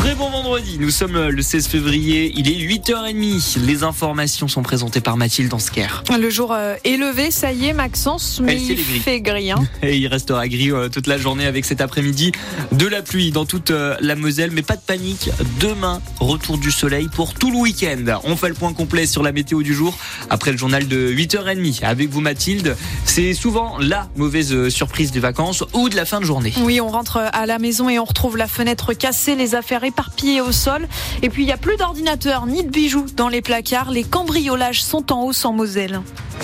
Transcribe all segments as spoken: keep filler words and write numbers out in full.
Très bon vendredi, nous sommes le seize février, il est huit heures trente. Les informations sont présentées par Mathilde Ansker. Le jour euh, est levé, ça y est Maxence, mais il gris. fait gris. Hein. Et il restera gris euh, toute la journée avec cet après-midi de la pluie dans toute euh, la Moselle. Mais pas de panique, demain, retour du soleil pour tout le week-end. On fait le point complet sur la météo du jour après le journal de huit heures trente. Avec vous Mathilde, c'est souvent la mauvaise surprise des vacances ou de la fin de journée. Oui, on rentre à la maison et on retrouve la fenêtre cassée, les affaires éparpillées au sol. Et puis il n'y a plus d'ordinateur ni de bijoux dans les placards. Les cambriolages sont en hausse en Moselle.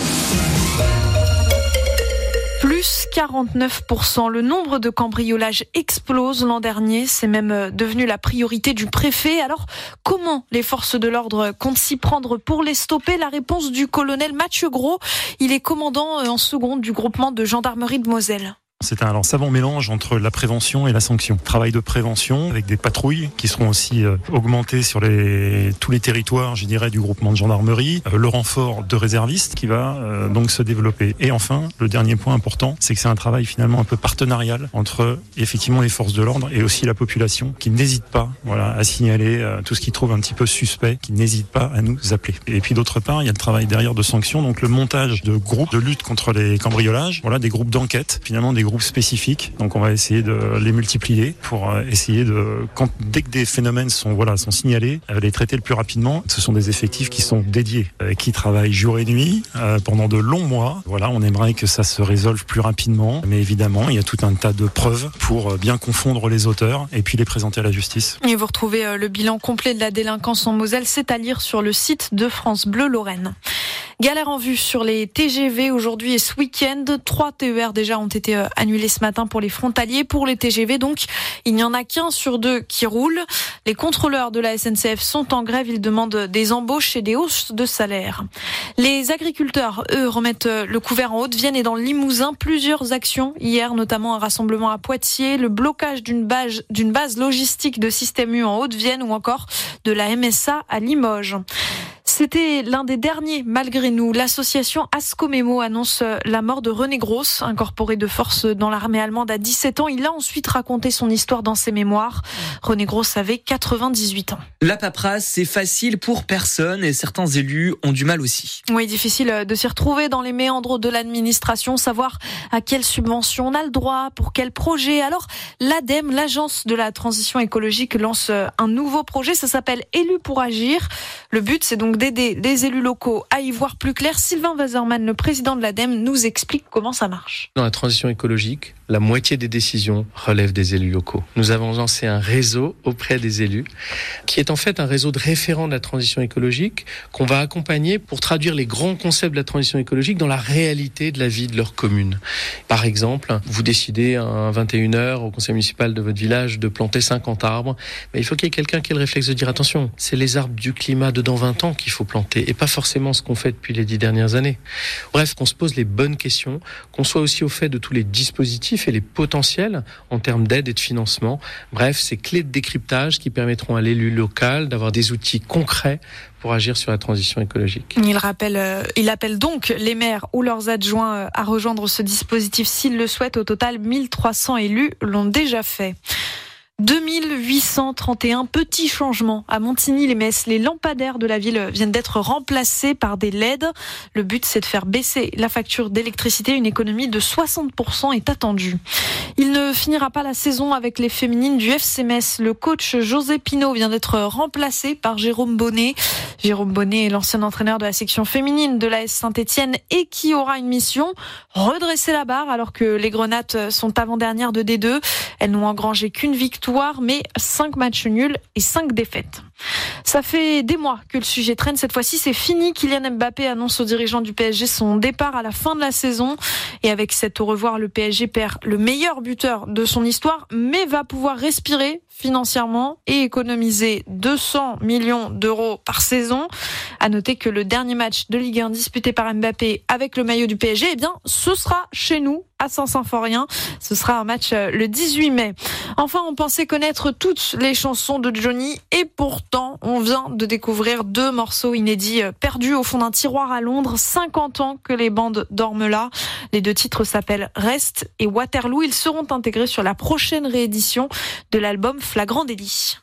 Plus quarante-neuf pour cent. Le nombre de cambriolages explose l'an dernier. C'est même devenu la priorité du préfet. Alors, comment les forces de l'ordre comptent s'y prendre pour les stopper? La réponse du colonel Mathieu Gros. Il est commandant en seconde du groupement de gendarmerie de Moselle. C'est un savant mélange entre la prévention et la sanction. Travail de prévention avec des patrouilles qui seront aussi euh, augmentées sur les, tous les territoires, je dirais, du groupement de gendarmerie. Euh, le renfort de réservistes qui va euh, donc se développer. Et enfin, le dernier point important, c'est que c'est un travail finalement un peu partenarial entre effectivement les forces de l'ordre et aussi la population qui n'hésite pas, voilà, à signaler euh, tout ce qu'ils trouvent un petit peu suspect, qui n'hésite pas à nous appeler. Et puis d'autre part, il y a le travail derrière de sanctions, donc le montage de groupes de lutte contre les cambriolages, voilà, des groupes d'enquête, finalement des groupes spécifiques. Donc on va essayer de les multiplier pour essayer de, quand, dès que des phénomènes sont, voilà, sont signalés, les traiter le plus rapidement. Ce sont des effectifs qui sont dédiés, qui travaillent jour et nuit euh, pendant de longs mois. Voilà, on aimerait que ça se résolve plus rapidement, mais évidemment, il y a tout un tas de preuves pour bien confondre les auteurs et puis les présenter à la justice. Et vous retrouvez le bilan complet de la délinquance en Moselle, c'est à lire sur le site de France Bleu Lorraine. Galère en vue sur les T G V aujourd'hui et ce week-end. Trois T E R déjà ont été annulés ce matin pour les frontaliers. Pour les T G V, donc, il n'y en a qu'un sur deux qui roule. Les contrôleurs de la S N C F sont en grève. Ils demandent des embauches et des hausses de salaire. Les agriculteurs, eux, remettent le couvert en Haute-Vienne et dans le Limousin. Plusieurs actions hier, notamment un rassemblement à Poitiers, le blocage d'une base, d'une base logistique de Système U en Haute-Vienne ou encore de la M S A à Limoges. C'était l'un des derniers, malgré nous. L'association Ascomemo annonce la mort de René Gross, incorporé de force dans l'armée allemande à dix-sept ans. Il a ensuite raconté son histoire dans ses mémoires. René Gross avait quatre-vingt-dix-huit ans. La paperasse, c'est facile pour personne et certains élus ont du mal aussi. Oui, difficile de s'y retrouver dans les méandres de l'administration, savoir à quelle subvention on a le droit, pour quel projet. Alors, l'ADEME, l'agence de la transition écologique, lance un nouveau projet. Ça s'appelle Élus pour agir. Le but, c'est donc d'aider les élus locaux à y voir plus clair. Sylvain Wasserman, le président de l'ADEME, nous explique comment ça marche. Dans la transition écologique, la moitié des décisions relèvent des élus locaux. Nous avons lancé un réseau auprès des élus, qui est en fait un réseau de référents de la transition écologique qu'on va accompagner pour traduire les grands concepts de la transition écologique dans la réalité de la vie de leur commune. Par exemple, vous décidez à vingt et une heures au conseil municipal de votre village de planter cinquante arbres, mais il faut qu'il y ait quelqu'un qui ait le réflexe de dire attention, c'est les arbres du climat de dans vingt ans qu'il faut planter et pas forcément ce qu'on fait depuis les dix dernières années. Bref, qu'on se pose les bonnes questions, qu'on soit aussi au fait de tous les dispositifs et les potentiels en termes d'aide et de financement. Bref, ces clés de décryptage qui permettront à l'élu local d'avoir des outils concrets pour agir sur la transition écologique. Il rappelle, euh, il appelle donc les maires ou leurs adjoints euh, à rejoindre ce dispositif s'ils le souhaitent. Au total, mille trois cents élus l'ont déjà fait. deux mille huit cent trente et un petits changements à Montigny-les-Metz. Les lampadaires de la ville viennent d'être remplacés par des L E D. Le but, c'est de faire baisser la facture d'électricité. Une économie de soixante pour cent est attendue. Il ne finira pas la saison avec les féminines du F C Metz. Le coach José Pinault vient d'être remplacé par Jérôme Bonnet. Jérôme Bonnet est l'ancien entraîneur de la section féminine de l'A S Saint-Étienne et qui aura une mission, redresser la barre alors que les Grenattes sont avant-dernières de D deux. Elles n'ont engrangé qu'une victoire, mais cinq matchs nuls et cinq défaites. Ça fait des mois que le sujet traîne. Cette fois-ci, c'est fini. Kylian Mbappé annonce aux dirigeants du P S G son départ à la fin de la saison. Et avec cet au revoir, le P S G perd le meilleur buteur de son histoire, mais va pouvoir respirer financièrement et économiser deux cents millions d'euros par saison. À noter que le dernier match de Ligue un disputé par Mbappé avec le maillot du P S G, eh bien, ce sera chez nous, à Saint-Symphorien. Ce sera un match le dix-huit mai. Enfin, on pensait connaître toutes les chansons de Johnny et pourtant, on vient de découvrir deux morceaux inédits perdus au fond d'un tiroir à Londres. cinquante ans que les bandes dorment là. Les deux titres s'appellent Rest et Waterloo. Ils seront intégrés sur la prochaine réédition de l'album Flagrant délit.